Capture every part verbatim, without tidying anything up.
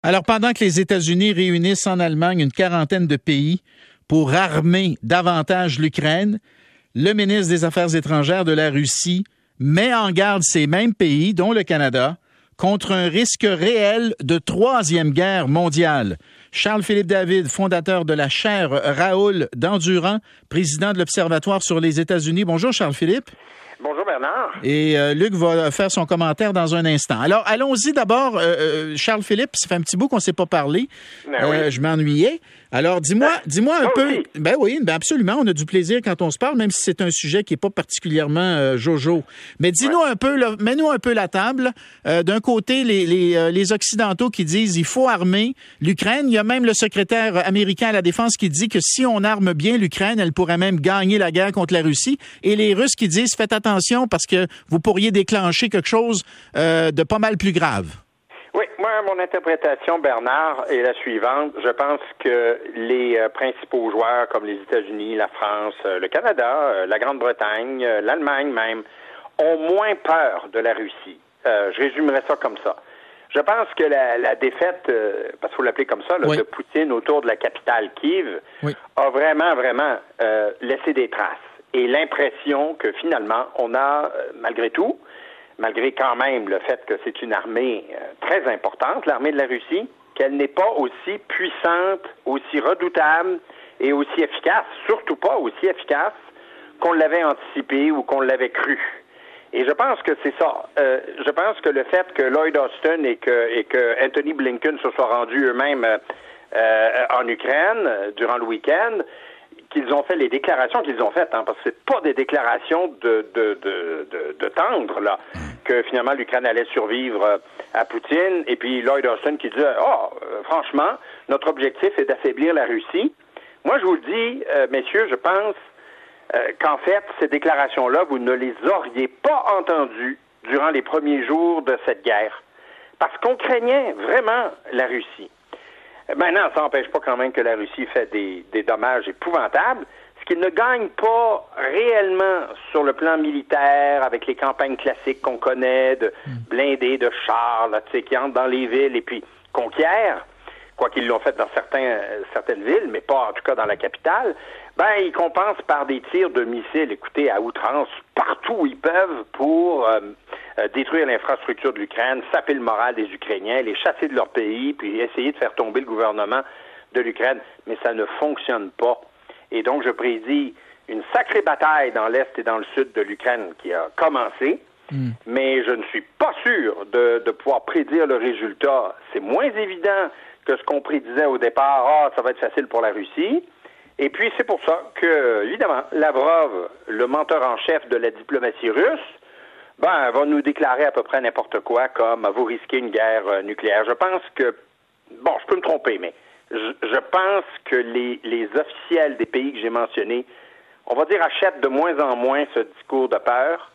Alors, pendant que les États-Unis réunissent en Allemagne une quarantaine de pays pour armer davantage l'Ukraine, le ministre des Affaires étrangères de la Russie met en garde ces mêmes pays, dont le Canada, contre un risque réel de troisième guerre mondiale. Charles-Philippe David, fondateur de la chaire Raoul Dandurand, président de l'Observatoire sur les États-Unis. Bonjour Charles-Philippe. Bonjour Bernard. Et euh, Luc va faire son commentaire dans un instant. Alors, allons-y d'abord. Euh, Charles-Philippe, ça fait un petit bout qu'on ne s'est pas parlé. Ben euh, oui. Je m'ennuyais. Alors, dis-moi, Ben, dis-moi un peu. Aussi. Ben oui, ben absolument. On a du plaisir quand on se parle, même si c'est un sujet qui n'est pas particulièrement euh, jojo. Mais dis-nous Ouais. un peu, là, mets-nous un peu la table. Euh, d'un côté, les, les, euh, les Occidentaux qui disent il faut armer l'Ukraine. Il y a même le secrétaire américain à la Défense qui dit que si on arme bien l'Ukraine, elle pourrait même gagner la guerre contre la Russie. Et les Russes qui disent faites attention parce que vous pourriez déclencher quelque chose euh, de pas mal plus grave. Oui, moi, mon interprétation, Bernard, est la suivante. Je pense que les euh, principaux joueurs, comme les États-Unis, la France, euh, le Canada, euh, la Grande-Bretagne, euh, l'Allemagne même, ont moins peur de la Russie. Euh, je résumerai ça comme ça. Je pense que la, la défaite, euh, parce qu'il faut l'appeler comme ça, là, Oui. de Poutine autour de la capitale Kiev, Oui. a vraiment, vraiment euh, laissé des traces. Et l'impression que finalement, on a, euh, malgré tout, malgré quand même le fait que c'est une armée euh, très importante, l'armée de la Russie, qu'elle n'est pas aussi puissante, aussi redoutable et aussi efficace, surtout pas aussi efficace qu'on l'avait anticipé ou qu'on l'avait cru. Et je pense que c'est ça. Euh, je pense que le fait que Lloyd Austin et que, et que Anthony Blinken se soient rendus eux-mêmes euh, euh, en Ukraine euh, durant le week-end, qu'ils ont fait les déclarations qu'ils ont faites, hein, parce que c'est pas des déclarations de, de, de, de, de tendre, là, que finalement l'Ukraine allait survivre euh, à Poutine, et puis Lloyd Austin qui disait, oh, euh, franchement, notre objectif est d'affaiblir la Russie. Moi, je vous le dis, euh, messieurs, je pense euh, qu'en fait, ces déclarations-là, vous ne les auriez pas entendues durant les premiers jours de cette guerre, parce qu'on craignait vraiment la Russie. Maintenant, ça n'empêche pas quand même que la Russie fait des, des dommages épouvantables. Ce qu'il ne gagne pas réellement sur le plan militaire, avec les campagnes classiques qu'on connaît, de blindés, de chars, là, tu sais, qui entrent dans les villes et puis conquièrent, quoi qu'ils l'ont fait dans certains, euh, certaines villes, mais pas en tout cas dans la capitale, ben, ils compensent par des tirs de missiles, écoutez, à outrance, partout où ils peuvent pour euh, euh, détruire l'infrastructure de l'Ukraine, saper le moral des Ukrainiens, les chasser de leur pays, puis essayer de faire tomber le gouvernement de l'Ukraine. Mais ça ne fonctionne pas. Et donc, je prédis une sacrée bataille dans l'Est et dans le Sud de l'Ukraine qui a commencé, mm. mais je ne suis pas sûr de, de pouvoir prédire le résultat. C'est moins évident que ce qu'on prédisait au départ, ah, ça va être facile pour la Russie. Et puis, c'est pour ça que, évidemment, Lavrov, le menteur en chef de la diplomatie russe, ben, va nous déclarer à peu près n'importe quoi, comme vous risquez une guerre euh, nucléaire. Je pense que, bon, je peux me tromper, mais je, je pense que les, les officiels des pays que j'ai mentionnés, on va dire, achètent de moins en moins ce discours de peur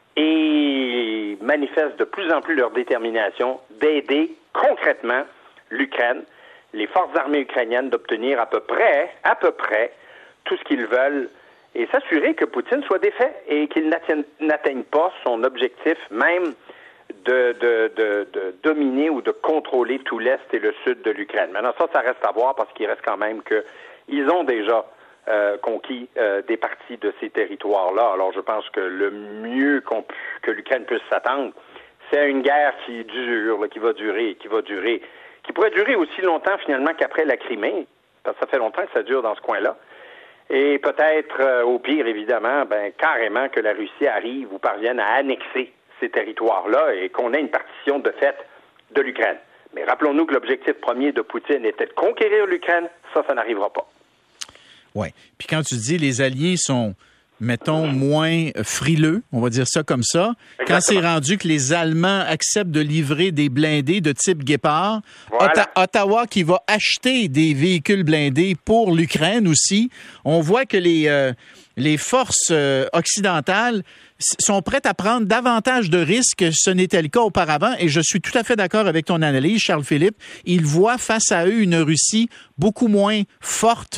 et manifestent de plus en plus leur détermination d'aider concrètement l'Ukraine, les forces armées ukrainiennes, d'obtenir à peu près, à peu près, tout ce qu'ils veulent et s'assurer que Poutine soit défait et qu'il n'atteigne, n'atteigne pas son objectif même de, de, de, de dominer ou de contrôler tout l'Est et le Sud de l'Ukraine. Maintenant, ça, ça reste à voir parce qu'il reste quand même qu'ils ont déjà euh, conquis euh, des parties de ces territoires-là. Alors, je pense que le mieux qu'on, que l'Ukraine puisse s'attendre, c'est à une guerre qui dure, là, qui va durer, qui va durer, qui pourrait durer aussi longtemps finalement qu'après la Crimée, parce que ça fait longtemps que ça dure dans ce coin-là. Et peut-être, euh, au pire, évidemment, ben carrément que la Russie arrive ou parvienne à annexer ces territoires-là et qu'on ait une partition de fait de l'Ukraine. Mais rappelons-nous que l'objectif premier de Poutine était de conquérir l'Ukraine. Ça, ça n'arrivera pas. Oui. Puis quand tu dis les Alliés sont, mettons, moins frileux, on va dire ça comme ça, exactement. Quand c'est rendu que les Allemands acceptent de livrer des blindés de type Guépard, voilà. Ota- Ottawa qui va acheter des véhicules blindés pour l'Ukraine aussi, on voit que les, euh, les forces euh, occidentales sont prêtes à prendre davantage de risques que ce n'était le cas auparavant. Et je suis tout à fait d'accord avec ton analyse, Charles-Philippe. Ils voient face à eux une Russie beaucoup moins forte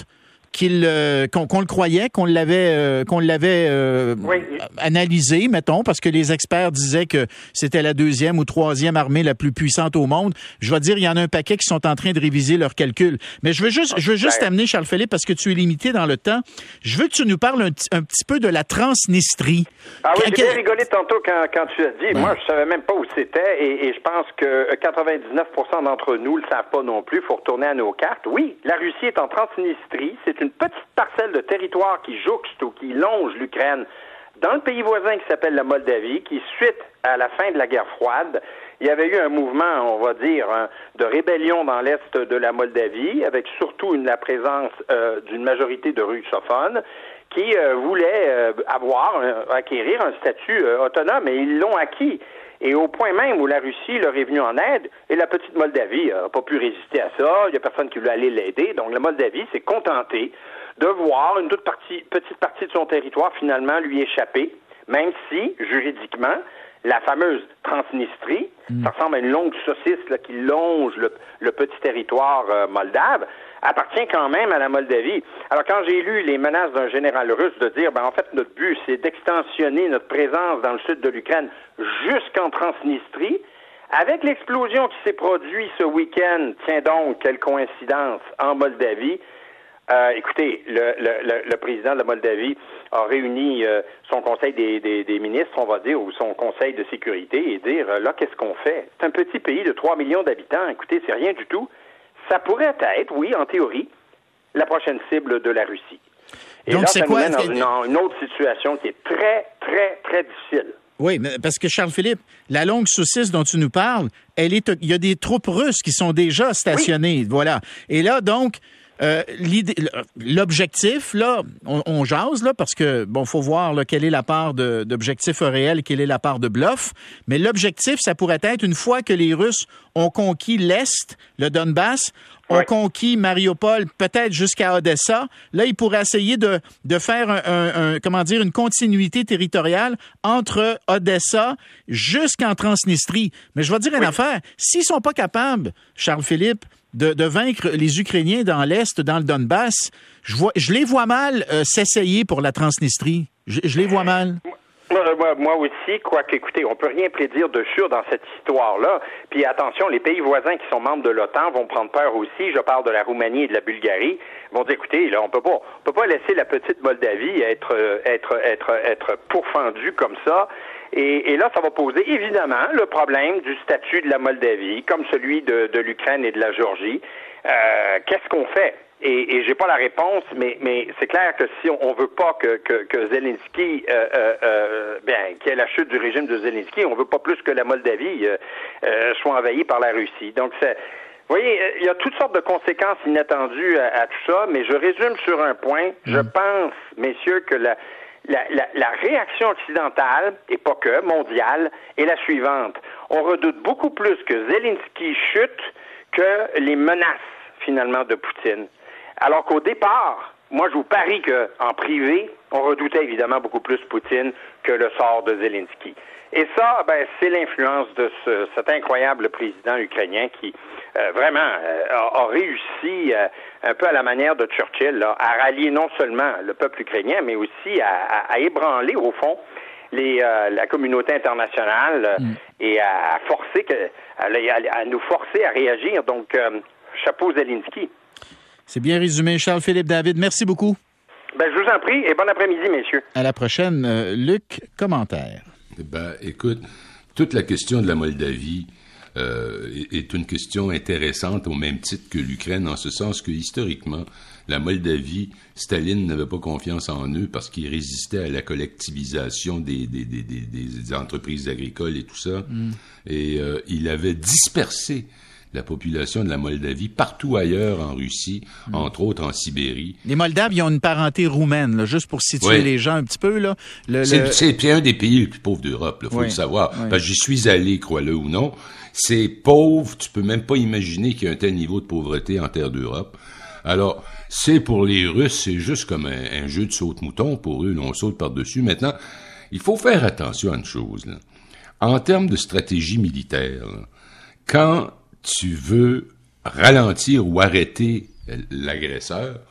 qu'il euh, qu'on, qu'on le croyait, qu'on l'avait euh, qu'on l'avait euh, oui. analysé, mettons, parce que les experts disaient que c'était la deuxième ou troisième armée la plus puissante au monde. Je vais dire, il y en a un paquet qui sont en train de réviser leurs calculs. Mais je veux juste, je veux juste t'amener, Charles-Philippe, parce que tu es limité dans le temps. Je veux que tu nous parles un, un petit peu de la Transnistrie. Ah oui, j'ai bien rigolé tantôt quand, quand tu as dit. Ouais. Moi, je savais même pas où c'était et, et je pense que quatre-vingt-dix-neuf pour cent d'entre nous le savent pas non plus. Il faut retourner à nos cartes. Oui, la Russie est en Transnistrie. C'est une petite parcelle de territoire qui jouxte ou qui longe l'Ukraine dans le pays voisin qui s'appelle la Moldavie, qui, suite à la fin de la guerre froide, il y avait eu un mouvement, on va dire, hein, de rébellion dans l'est de la Moldavie, avec surtout une, la présence euh, d'une majorité de russophones qui euh, voulaient euh, avoir, euh, acquérir un statut euh, autonome, et ils l'ont acquis. Et au point même où la Russie leur est venue en aide, et la petite Moldavie n'a pas pu résister à ça, il n'y a personne qui voulait aller l'aider, donc la Moldavie s'est contentée de voir une toute partie, petite partie de son territoire finalement lui échapper, même si, juridiquement, la fameuse Transnistrie, mmh. ça ressemble à une longue saucisse là, qui longe le, le petit territoire euh, moldave, appartient quand même à la Moldavie. Alors quand j'ai lu les menaces d'un général russe de dire, ben en fait notre but c'est d'extensionner notre présence dans le sud de l'Ukraine jusqu'en Transnistrie, avec l'explosion qui s'est produite ce week-end, tiens donc, quelle coïncidence, en Moldavie. Euh, écoutez, le, le, le président de la Moldavie a réuni euh, son conseil des, des, des ministres, on va dire, ou son conseil de sécurité, et dire, euh, là, qu'est-ce qu'on fait? C'est un petit pays de trois millions d'habitants, écoutez, c'est rien du tout. Ça pourrait être, oui, en théorie, la prochaine cible de la Russie. Et donc, là, ça nous quoi? mène dans une, une autre situation qui est très, très, très difficile. Oui, mais parce que Charles-Philippe, la longue saucisse dont tu nous parles, elle est, il y a des troupes russes qui sont déjà stationnées, oui. Voilà. Et là, donc, Euh, l'idée, l'objectif, là, on, on jase, là, parce que, bon, faut voir, là, quelle est la part de, d'objectif réel, quelle est la part de bluff. Mais l'objectif, ça pourrait être, une fois que les Russes ont conquis l'Est, le Donbass, ont ouais. conquis Mariupol, peut-être jusqu'à Odessa, là, ils pourraient essayer de, de faire un, un, un, comment dire, une continuité territoriale entre Odessa jusqu'en Transnistrie. Mais je vais dire une oui. affaire. S'ils sont pas capables, Charles-Philippe, De, de vaincre les Ukrainiens dans l'Est, dans le Donbass, je, vois, je les vois mal euh, s'essayer pour la Transnistrie. Je, je les vois mal. Moi, moi, moi aussi, quoique, écoutez, on peut rien prédire de sûr dans cette histoire-là. Puis attention, les pays voisins qui sont membres de l'OTAN vont prendre peur aussi. Je parle de la Roumanie et de la Bulgarie. Ils vont dire, écoutez, là, on peut pas, on peut pas laisser la petite Moldavie être, être, être, être pourfendue comme ça. Et, et là, ça va poser évidemment le problème du statut de la Moldavie, comme celui de, de l'Ukraine et de la Géorgie. Euh, qu'est-ce qu'on fait? Et, et j'ai pas la réponse, mais, mais c'est clair que si on, on veut pas que, que, que Zelensky, euh, euh, euh, bien, qu'il y ait la chute du régime de Zelensky, on veut pas plus que la Moldavie euh, euh, soit envahie par la Russie. Donc, c'est, vous voyez, il y a toutes sortes de conséquences inattendues à, à tout ça, mais je résume sur un point. Mmh. Je pense, messieurs, que la La, la, la réaction occidentale, et pas que, mondiale, est la suivante. On redoute beaucoup plus que Zelensky chute que les menaces, finalement, de Poutine. Alors qu'au départ, moi, je vous parie qu'en privé, on redoutait évidemment beaucoup plus Poutine que le sort de Zelensky. Et ça, ben, c'est l'influence de ce, cet incroyable président ukrainien qui, euh, vraiment, euh, a, a réussi, euh, un peu à la manière de Churchill, là, à rallier non seulement le peuple ukrainien, mais aussi à, à, à ébranler, au fond, les, euh, la communauté internationale mm. et à forcer, que, à, à, à nous forcer à réagir. Donc, euh, chapeau Zelensky. C'est bien résumé. Charles-Philippe David, merci beaucoup. Ben, je vous en prie et bon après-midi, messieurs. À la prochaine. Euh, Luc, commentaire. Ben, écoute, toute la question de la Moldavie euh, est une question intéressante au même titre que l'Ukraine, en ce sens que, historiquement, la Moldavie, Staline n'avait pas confiance en eux parce qu'ils résistaient à la collectivisation des, des, des, des, des entreprises agricoles et tout ça. Mm. Et euh, il avait dispersé la population de la Moldavie partout ailleurs en Russie, mmh. entre autres en Sibérie. Les Moldaves, ils ont une parenté roumaine, là, juste pour situer oui. les gens un petit peu. Là. Le, c'est, le... c'est, c'est un des pays les plus pauvres d'Europe, il faut oui. le savoir. Oui. Parce que j'y suis allé, crois-le ou non. C'est pauvre, tu peux même pas imaginer qu'il y a un tel niveau de pauvreté en terre d'Europe. Alors, c'est pour les Russes, c'est juste comme un, un jeu de saute-mouton pour eux, là, on saute par-dessus. Maintenant, il faut faire attention à une chose. Là. En termes de stratégie militaire, là, quand tu veux ralentir ou arrêter l'agresseur,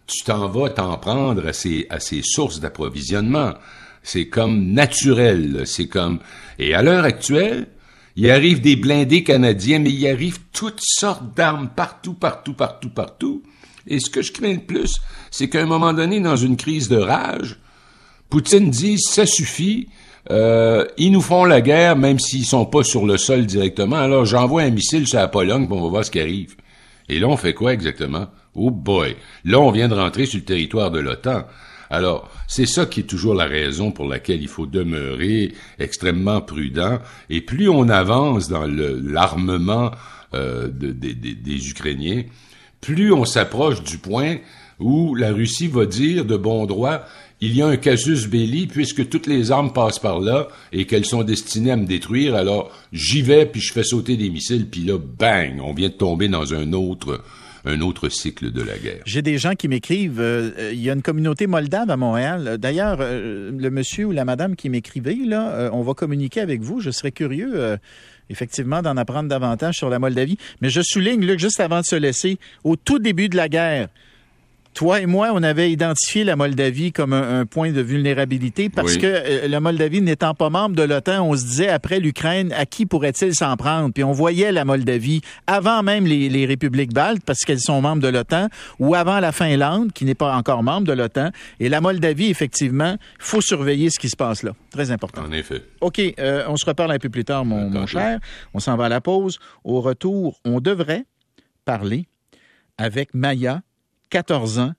tu t'en vas t'en prendre à ces, à ces sources d'approvisionnement. C'est comme naturel, c'est comme... Et à l'heure actuelle, il arrive des blindés canadiens, mais il arrive toutes sortes d'armes partout, partout, partout, partout. Et ce que je crains le plus, c'est qu'à un moment donné, dans une crise de rage, Poutine dit « ça suffit, euh, ils nous font la guerre, même s'ils sont pas sur le sol directement, alors j'envoie un missile sur la Pologne, puis on va voir ce qui arrive. » Et là, on fait quoi exactement? Oh boy! Là, on vient de rentrer sur le territoire de l'OTAN. Alors, c'est ça qui est toujours la raison pour laquelle il faut demeurer extrêmement prudent. Et plus on avance dans le, l'armement euh, de, de, de, des Ukrainiens, plus on s'approche du point où la Russie va dire de bon droit, il y a un casus belli puisque toutes les armes passent par là et qu'elles sont destinées à me détruire, alors j'y vais puis je fais sauter des missiles puis là, bang, on vient de tomber dans un autre... un autre cycle de la guerre. J'ai des gens qui m'écrivent, euh, il y a une communauté moldave à Montréal. D'ailleurs, euh, le monsieur ou la madame qui m'écrivait, là, euh, on va communiquer avec vous. Je serais curieux, euh, effectivement, d'en apprendre davantage sur la Moldavie. Mais je souligne, Luc, juste avant de se laisser, au tout début de la guerre, toi et moi, on avait identifié la Moldavie comme un, un point de vulnérabilité parce oui. que euh, la Moldavie n'étant pas membre de l'OTAN, on se disait après l'Ukraine, à qui pourrait-il s'en prendre? Puis on voyait la Moldavie avant même les, les républiques baltes parce qu'elles sont membres de l'OTAN ou avant la Finlande qui n'est pas encore membre de l'OTAN. Et la Moldavie, effectivement, il faut surveiller ce qui se passe là. Très important. En effet. OK, euh, on se reparle un peu plus tard, mon, mon cher. On s'en va à la pause. Au retour, on devrait parler avec Maya, quatorze ans,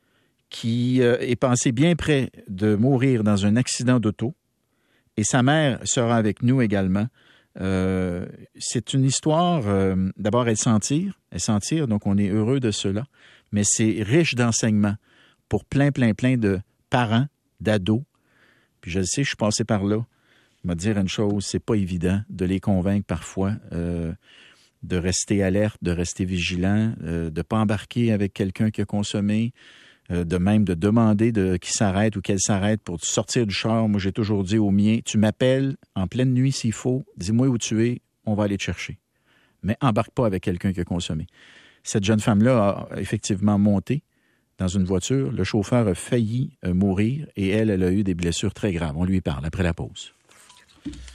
qui euh, est pensé bien près de mourir dans un accident d'auto. Et sa mère sera avec nous également. Euh, c'est une histoire, euh, d'abord, elle s'en tire, elle s'en tire, donc on est heureux de cela. Mais c'est riche d'enseignements pour plein, plein, plein de parents, d'ados. Puis je le sais, je suis passé par là. Je vais te dire une chose, c'est pas évident de les convaincre parfois euh, de rester alerte, de rester vigilant, euh, de ne pas embarquer avec quelqu'un qui a consommé, euh, de même de demander de, qu'il s'arrête ou qu'elle s'arrête pour sortir du char. Moi, j'ai toujours dit au mien, tu m'appelles en pleine nuit s'il faut, dis-moi où tu es, on va aller te chercher. Mais embarque pas avec quelqu'un qui a consommé. Cette jeune femme-là a effectivement monté dans une voiture. Le chauffeur a failli euh, mourir et elle, elle a eu des blessures très graves. On lui parle après la pause.